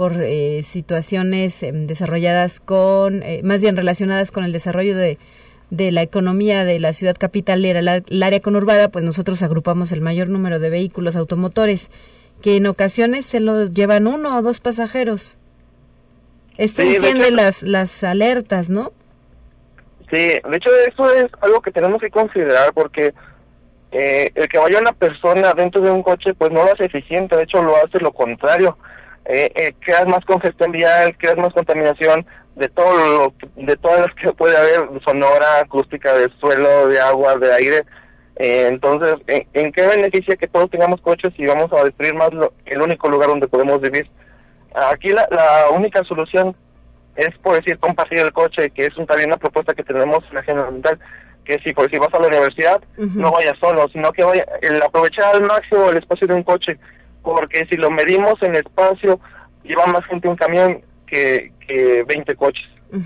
situaciones desarrolladas más bien relacionadas con el desarrollo de la economía de la ciudad capitalera, el área conurbada, pues nosotros agrupamos el mayor número de vehículos automotores, que en ocasiones se los llevan 1 o 2 pasajeros. Esto enciende las alertas, ¿no? Sí, de hecho eso es algo que tenemos que considerar, porque el que vaya una persona dentro de un coche pues no lo hace eficiente, de hecho lo hace lo contrario. Creas más congestión vial, creas más contaminación de todas las que puede haber, sonora, acústica, de suelo, de agua, de aire. Entonces, ¿en qué beneficia que todos tengamos coches y vamos a destruir más el único lugar donde podemos vivir? Aquí la única solución es, por decir, compartir el coche, que es también una propuesta que tenemos en la agenda ambiental, que si vas a la universidad, no vayas solo, sino que aprovechar al máximo el espacio de un coche, porque si lo medimos en espacio, lleva más gente un camión que 20 coches.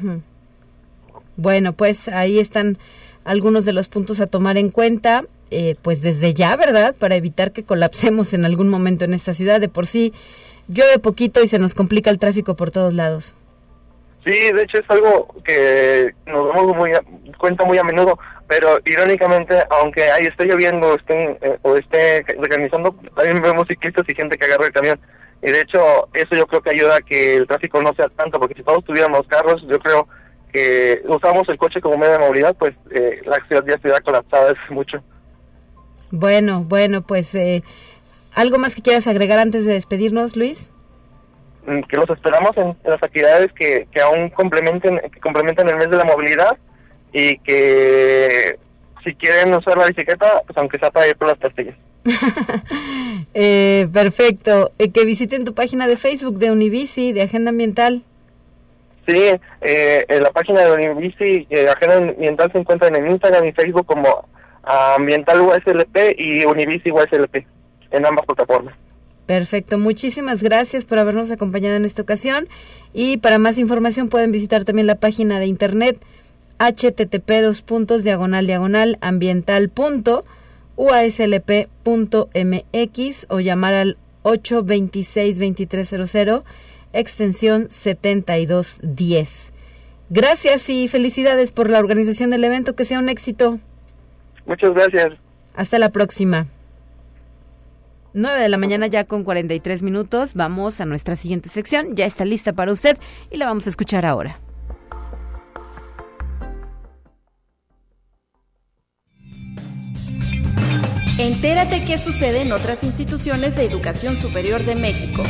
Bueno, pues ahí están algunos de los puntos a tomar en cuenta, pues desde ya, ¿verdad?, para evitar que colapsemos en algún momento en esta ciudad. De por sí llueve poquito y se nos complica el tráfico por todos lados. Sí, de hecho es algo que nos damos cuenta muy a menudo, pero irónicamente, aunque ahí esté lloviendo o esté organizando, también vemos ciclistas y gente que agarra el camión. Y de hecho, eso yo creo que ayuda a que el tráfico no sea tanto, porque si todos tuviéramos carros, yo creo que usamos el coche como medio de movilidad, pues la ciudad ya estaría colapsada, es mucho. Bueno, pues ¿algo más que quieras agregar antes de despedirnos, Luis? Que los esperamos en las actividades que aún complementan el mes de la movilidad, y que si quieren usar la bicicleta, pues aunque sea para ir por las pastillas. Perfecto. Que visiten tu página de Facebook de Unibici, de Agenda Ambiental. Sí, la página de Unibici, Agenda Ambiental, se encuentra en Instagram y Facebook como Ambiental USLP y Unibici USLP, en ambas plataformas. Perfecto, muchísimas gracias por habernos acompañado en esta ocasión, y para más información pueden visitar también la página de internet http://ambiental.uaslp.mx o llamar al 826-2300 extensión 7210. Gracias y felicidades por la organización del evento, que sea un éxito. Muchas gracias. Hasta la próxima. 9 de la mañana ya con 43 minutos. Vamos a nuestra siguiente sección. Ya está lista para usted y la vamos a escuchar ahora. Entérate qué sucede en otras instituciones de educación superior de México.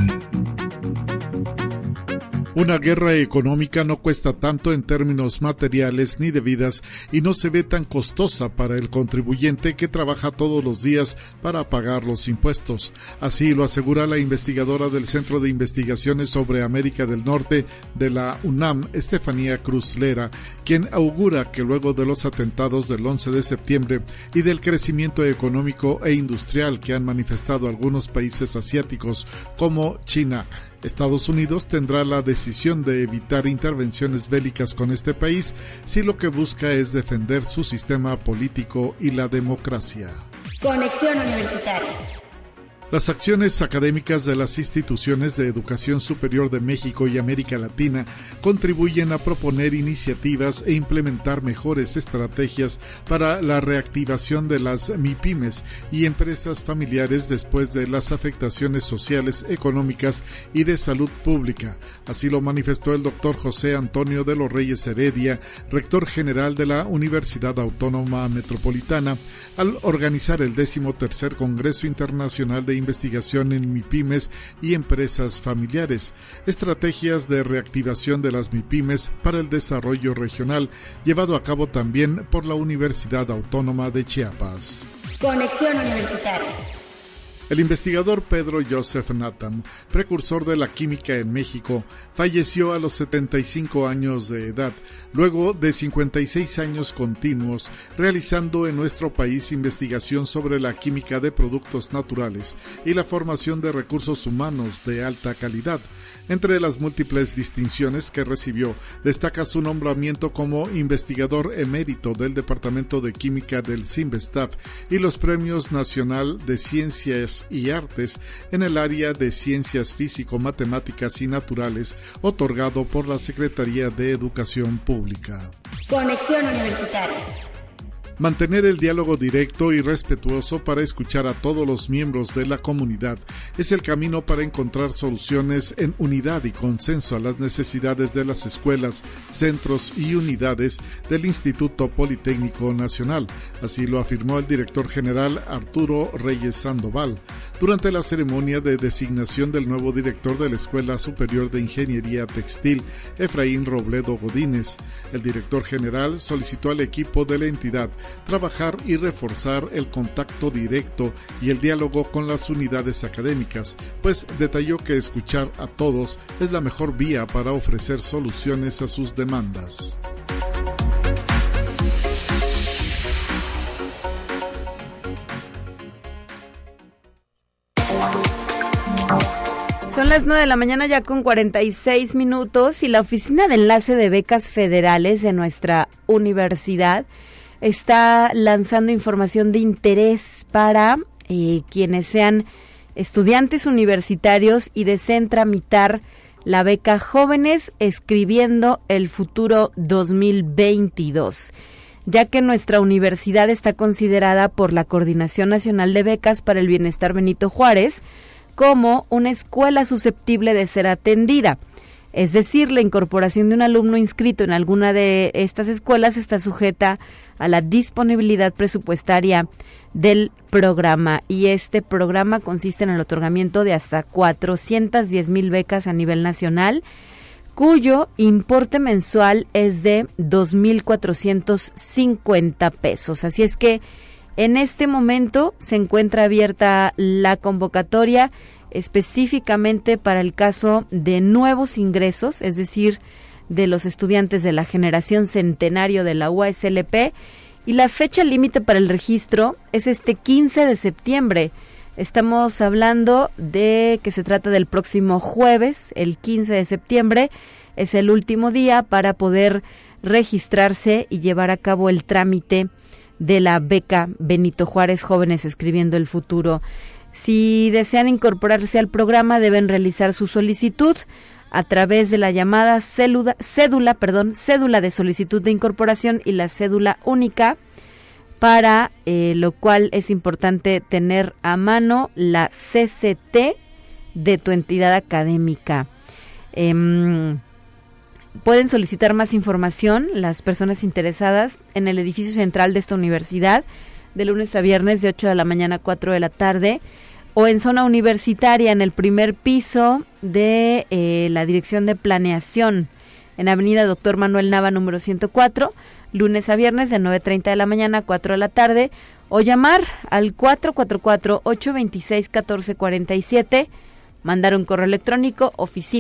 Una guerra económica no cuesta tanto en términos materiales ni de vidas y no se ve tan costosa para el contribuyente que trabaja todos los días para pagar los impuestos. Así lo asegura la investigadora del Centro de Investigaciones sobre América del Norte de la UNAM, Estefanía Cruz Lera, quien augura que luego de los atentados del 11 de septiembre y del crecimiento económico e industrial que han manifestado algunos países asiáticos como China, Estados Unidos tendrá la decisión de evitar intervenciones bélicas con este país si lo que busca es defender su sistema político y la democracia. Conexión Universitaria. Las acciones académicas de las instituciones de educación superior de México y América Latina contribuyen a proponer iniciativas e implementar mejores estrategias para la reactivación de las MIPYMES y empresas familiares después de las afectaciones sociales, económicas y de salud pública. Así lo manifestó el doctor José Antonio de los Reyes Heredia, rector general de la Universidad Autónoma Metropolitana, al organizar el 13º Congreso Internacional de Investigación en MIPYMES y Empresas Familiares, estrategias de reactivación de las MIPYMES para el desarrollo regional, llevado a cabo también por la Universidad Autónoma de Chiapas. Conexión Universitaria. El investigador Pedro Joseph Nathan, precursor de la química en México, falleció a los 75 años de edad, luego de 56 años continuos realizando en nuestro país investigación sobre la química de productos naturales y la formación de recursos humanos de alta calidad. Entre las múltiples distinciones que recibió, destaca su nombramiento como investigador emérito del Departamento de Química del CINVESTAF y los Premios Nacional de Ciencias y Artes en el área de Ciencias Físico-Matemáticas y Naturales, otorgado por la Secretaría de Educación Pública. Conexión Universitaria. Mantener el diálogo directo y respetuoso para escuchar a todos los miembros de la comunidad es el camino para encontrar soluciones en unidad y consenso a las necesidades de las escuelas, centros y unidades del Instituto Politécnico Nacional. Así lo afirmó el director general Arturo Reyes Sandoval durante la ceremonia de designación del nuevo director de la Escuela Superior de Ingeniería Textil, Efraín Robledo Godínez. El director general solicitó al equipo de la entidad trabajar y reforzar el contacto directo y el diálogo con las unidades académicas, pues detalló que escuchar a todos es la mejor vía para ofrecer soluciones a sus demandas. Son las 9 de la mañana ya con 46 minutos y la Oficina de Enlace de Becas Federales de nuestra universidad está lanzando información de interés para quienes sean estudiantes universitarios y deseen tramitar la beca Jóvenes Escribiendo el Futuro 2022, ya que nuestra universidad está considerada por la Coordinación Nacional de Becas para el Bienestar Benito Juárez como una escuela susceptible de ser atendida. Es decir, la incorporación de un alumno inscrito en alguna de estas escuelas está sujeta a la disponibilidad presupuestaria del programa. Y este programa consiste en el otorgamiento de hasta 410,000 becas a nivel nacional, cuyo importe mensual es de 2,450 pesos. Así es que en este momento se encuentra abierta la convocatoria específicamente para el caso de nuevos ingresos, es decir, de los estudiantes de la generación centenario de la UASLP, y la fecha límite para el registro es este 15 de septiembre. Estamos hablando de que se trata del próximo jueves, el 15 de septiembre, es el último día para poder registrarse y llevar a cabo el trámite de la beca Benito Juárez Jóvenes Escribiendo el Futuro. Si desean incorporarse al programa, deben realizar su solicitud a través de la llamada cédula de solicitud de incorporación y la cédula única, para lo cual es importante tener a mano la CCT de tu entidad académica. Pueden solicitar más información las personas interesadas en el edificio central de esta universidad, de lunes a viernes de 8 de la mañana a 4 de la tarde, o en zona universitaria en el primer piso de la Dirección de Planeación, en Avenida Doctor Manuel Nava número 104, lunes a viernes de 9:30 de la mañana a 4 de la tarde, o llamar al 444-826-1447, mandar un correo electrónico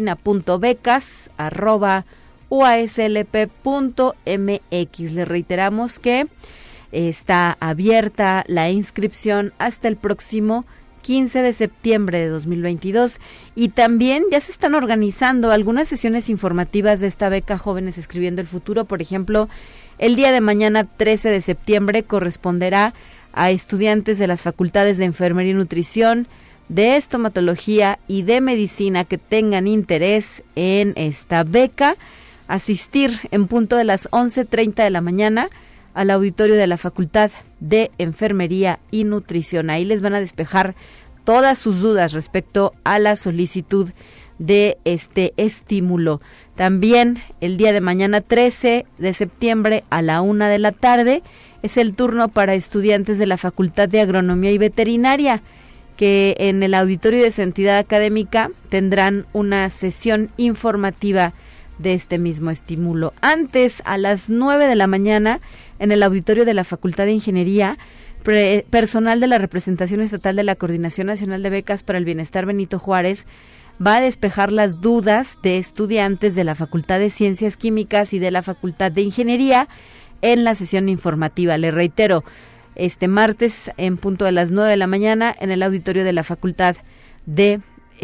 oficina.becas@uaslp.mx. Les reiteramos que está abierta la inscripción hasta el próximo 15 de septiembre de 2022, y también ya se están organizando algunas sesiones informativas de esta beca Jóvenes Escribiendo el Futuro. Por ejemplo, el día de mañana 13 de septiembre corresponderá a estudiantes de las facultades de Enfermería y Nutrición, de Estomatología y de Medicina que tengan interés en esta beca, asistir en punto de las 11:30 de la mañana al auditorio de la Facultad de Enfermería y Nutrición. Ahí les van a despejar todas sus dudas respecto a la solicitud de este estímulo. También el día de mañana 13 de septiembre a la 1 de la tarde es el turno para estudiantes de la Facultad de Agronomía y Veterinaria, que en el auditorio de su entidad académica tendrán una sesión informativa de este mismo estímulo. Antes, a las 9 de la mañana, en el auditorio de la Facultad de Ingeniería, personal de la representación estatal de la Coordinación Nacional de Becas para el Bienestar Benito Juárez va a despejar las dudas de estudiantes de la Facultad de Ciencias Químicas y de la Facultad de Ingeniería en la sesión informativa. Le reitero, este martes en punto de las 9 de la mañana en el auditorio de la Facultad de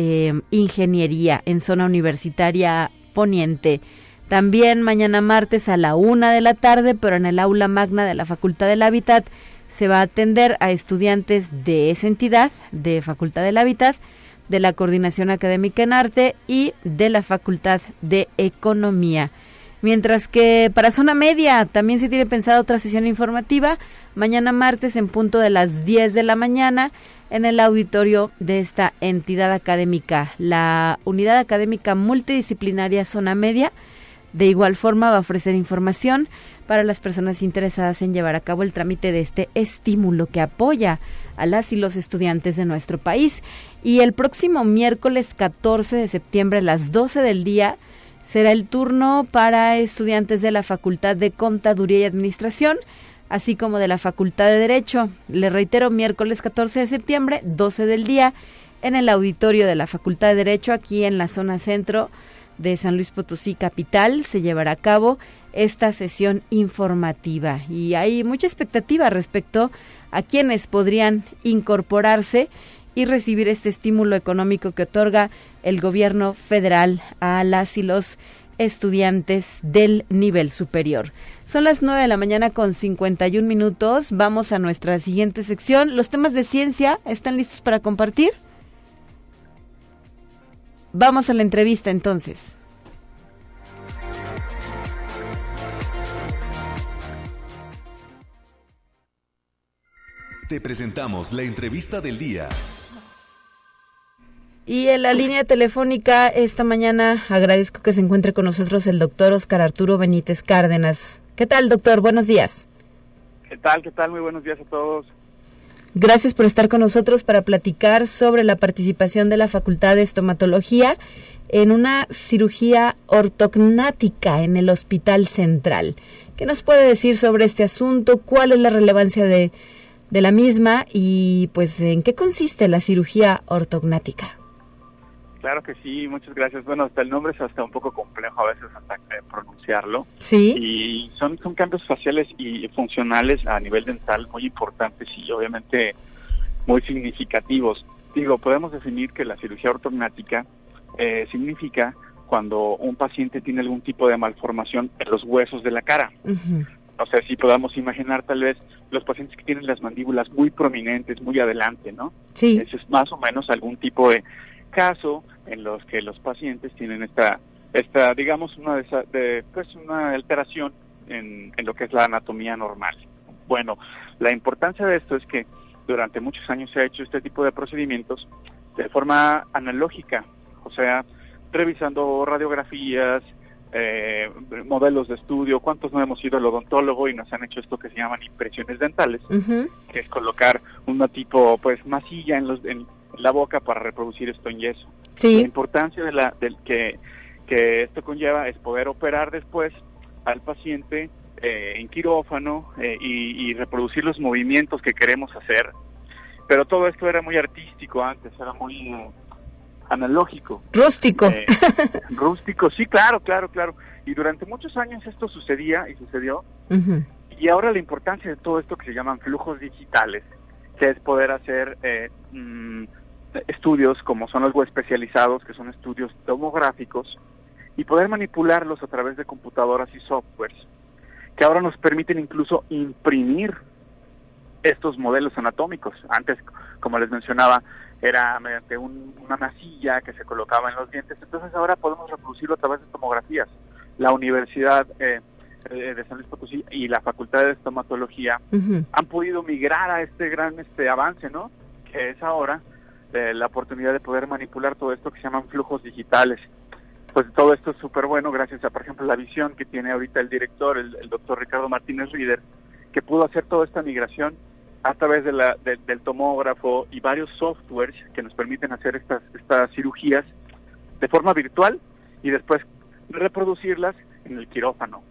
Ingeniería en zona universitaria poniente. También mañana martes a la 1 de la tarde, pero en el aula magna de la Facultad del Hábitat, se va a atender a estudiantes de esa entidad, de Facultad del Hábitat, de la Coordinación Académica en Arte y de la Facultad de Economía. Mientras que para zona media también se tiene pensada otra sesión informativa, mañana martes en punto de las 10 de la mañana en el auditorio de esta entidad académica. La Unidad Académica Multidisciplinaria Zona Media de igual forma va a ofrecer información para las personas interesadas en llevar a cabo el trámite de este estímulo que apoya a las y los estudiantes de nuestro país. Y el próximo miércoles 14 de septiembre a las 12 del día será el turno para estudiantes de la Facultad de Contaduría y Administración, así como de la Facultad de Derecho. Le reitero, miércoles 14 de septiembre, 12 del día, en el auditorio de la Facultad de Derecho, aquí en la zona centro de San Luis Potosí capital, se llevará a cabo esta sesión informativa. Y hay mucha expectativa respecto a quienes podrían incorporarse y recibir este estímulo económico que otorga el gobierno federal a las y los estudiantes del nivel superior. Son las 9 de la mañana con 51 minutos. Vamos a nuestra siguiente sección. Los temas de ciencia, ¿están listos para compartir? Vamos a la entrevista entonces. Te presentamos la entrevista del día. Y en la línea telefónica esta mañana agradezco que se encuentre con nosotros el doctor Óscar Arturo Benítez Cárdenas. ¿Qué tal, doctor? Buenos días. ¿Qué tal? Muy buenos días a todos. Gracias por estar con nosotros para platicar sobre la participación de la Facultad de Estomatología en una cirugía ortognática en el Hospital Central. ¿Qué nos puede decir sobre este asunto? ¿Cuál es la relevancia de la misma y pues en qué consiste la cirugía ortognática? Claro que sí, muchas gracias. Bueno, hasta el nombre es hasta un poco complejo a veces hasta pronunciarlo. Sí. Y son cambios faciales y funcionales a nivel dental muy importantes y obviamente muy significativos. Podemos definir que la cirugía ortognática significa cuando un paciente tiene algún tipo de malformación en los huesos de la cara. Uh-huh. O sea, si podamos imaginar tal vez los pacientes que tienen las mandíbulas muy prominentes, muy adelante, ¿no? Sí. Ese es más o menos algún tipo de caso en los que los pacientes tienen esta digamos, una alteración en lo que es la anatomía normal. Bueno, la importancia de esto es que durante muchos años se ha hecho este tipo de procedimientos de forma analógica, o sea, revisando radiografías, modelos de estudio. ¿Cuántos no hemos ido al odontólogo y nos han hecho esto que se llaman impresiones dentales? Que es colocar una tipo, pues, masilla en la boca para reproducir esto en yeso. Sí. La importancia que esto conlleva es poder operar después al paciente en quirófano y reproducir los movimientos que queremos hacer. Pero todo esto era muy artístico antes, era muy analógico. Rústico. Rústico, sí, claro. Y durante muchos años esto sucedió. Y ahora la importancia de todo esto que se llaman flujos digitales, que es poder hacer estudios como son algo especializados, que son estudios tomográficos, y poder manipularlos a través de computadoras y softwares, que ahora nos permiten incluso imprimir estos modelos anatómicos. Antes, como les mencionaba, era mediante una masilla que se colocaba en los dientes. Entonces ahora podemos reproducirlo a través de tomografías. La Universidad de San Luis Potosí y la Facultad de Estomatología han podido migrar a este gran avance, ¿no? Que es ahora la oportunidad de poder manipular todo esto que se llaman flujos digitales. Pues todo esto es súper bueno gracias a, por ejemplo, la visión que tiene ahorita el director, el doctor Ricardo Martínez Rieder, que pudo hacer toda esta migración a través del tomógrafo y varios softwares que nos permiten hacer estas cirugías de forma virtual y después reproducirlas en el quirófano.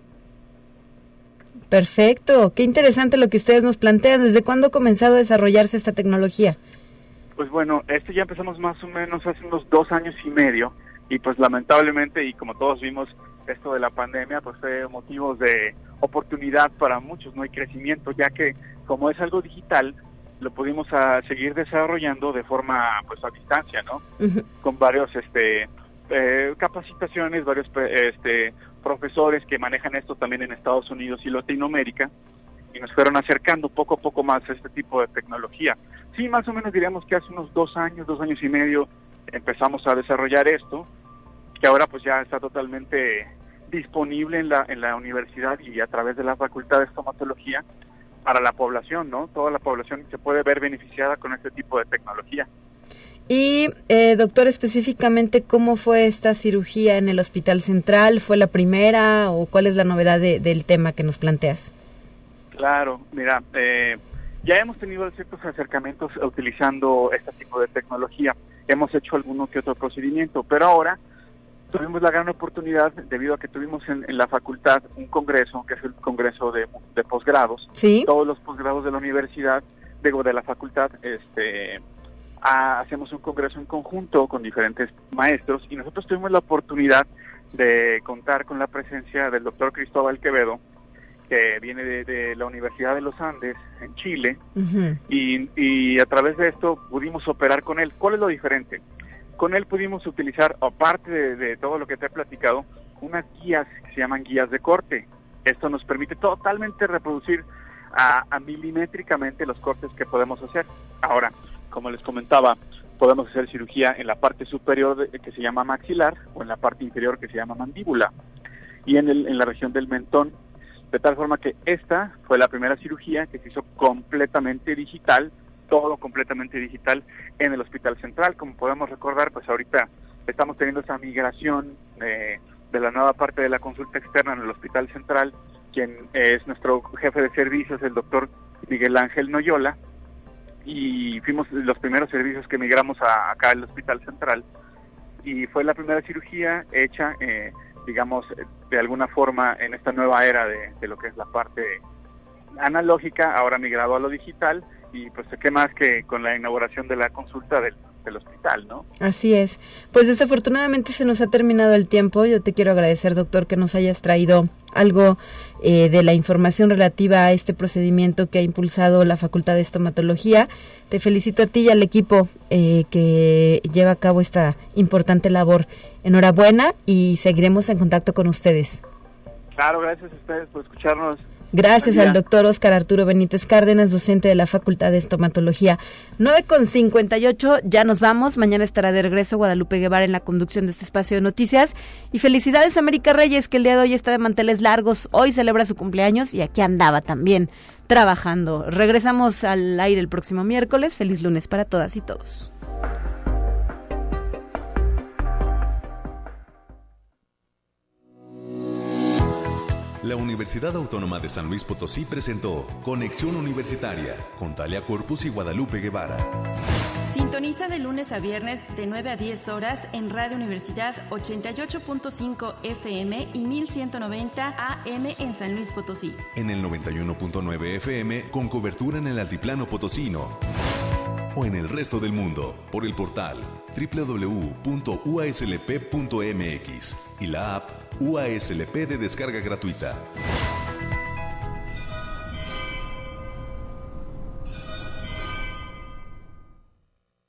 Perfecto, qué interesante lo que ustedes nos plantean. ¿Desde cuándo ha comenzado a desarrollarse esta tecnología? Pues bueno, ya empezamos más o menos hace unos 2 años y medio, y pues lamentablemente, y como todos vimos, esto de la pandemia pues fue motivos de oportunidad para muchos, no hay crecimiento, ya que como es algo digital, lo pudimos seguir desarrollando de forma pues a distancia, ¿no? Con varios capacitaciones, varios profesores que manejan esto también en Estados Unidos y Latinoamérica, y nos fueron acercando poco a poco más a este tipo de tecnología. Sí, más o menos diríamos que hace unos 2 años y medio empezamos a desarrollar esto, que ahora pues ya está totalmente disponible en la universidad y a través de la Facultad de Estomatología para la población, ¿no? Toda la población se puede ver beneficiada con este tipo de tecnología. Y, doctor, específicamente, ¿cómo fue esta cirugía en el Hospital Central? ¿Fue la primera o cuál es la novedad del tema que nos planteas? Claro, mira, ya hemos tenido ciertos acercamientos utilizando este tipo de tecnología. Hemos hecho alguno que otro procedimiento, pero ahora tuvimos la gran oportunidad, debido a que tuvimos en la facultad un congreso, que es el congreso de posgrados. ¿Sí? Todos los posgrados de la universidad, de la facultad, hacemos un congreso en conjunto con diferentes maestros, y nosotros tuvimos la oportunidad de contar con la presencia del doctor Cristóbal Quevedo, que viene de la Universidad de los Andes, en Chile, y a través de esto pudimos operar con él. ¿Cuál es lo diferente? Con él pudimos utilizar, aparte de todo lo que te he platicado, unas guías que se llaman guías de corte. Esto nos permite totalmente reproducir milimétricamente los cortes que podemos hacer. Ahora, como les comentaba, podemos hacer cirugía en la parte superior que se llama maxilar, o en la parte inferior que se llama mandíbula, y en la región del mentón, de tal forma que esta fue la primera cirugía que se hizo completamente digital, todo completamente digital en el Hospital Central. Como podemos recordar, pues ahorita estamos teniendo esa migración de la nueva parte de la consulta externa en el Hospital Central. Quien es nuestro jefe de servicios, el doctor Miguel Ángel Noyola, y fuimos los primeros servicios que migramos acá al Hospital Central, y fue la primera cirugía hecha, digamos, de alguna forma en esta nueva era de lo que es la parte analógica, ahora migrado a lo digital, y pues qué más que con la inauguración de la consulta del hospital, ¿no? Así es. Pues desafortunadamente se nos ha terminado el tiempo. Yo te quiero agradecer, doctor, que nos hayas traído algo de la información relativa a este procedimiento que ha impulsado la Facultad de Estomatología. Te felicito a ti y al equipo que lleva a cabo esta importante labor. Enhorabuena y seguiremos en contacto con ustedes. Claro, gracias a ustedes por escucharnos. Gracias al doctor Óscar Arturo Benítez Cárdenas, docente de la Facultad de Estomatología. 9:58, ya nos vamos. Mañana estará de regreso Guadalupe Guevara en la conducción de este espacio de noticias. Y felicidades a América Reyes, que el día de hoy está de manteles largos. Hoy celebra su cumpleaños y aquí andaba también trabajando. Regresamos al aire el próximo miércoles. Feliz lunes para todas y todos. La Universidad Autónoma de San Luis Potosí presentó Conexión Universitaria con Talia Corpus y Guadalupe Guevara. Sintoniza de lunes a viernes de 9 a 10 horas en Radio Universidad 88.5 FM y 1190 AM en San Luis Potosí. En el 91.9 FM con cobertura en el Altiplano Potosino. O en el resto del mundo por el portal www.uaslp.mx y la app UASLP de descarga gratuita.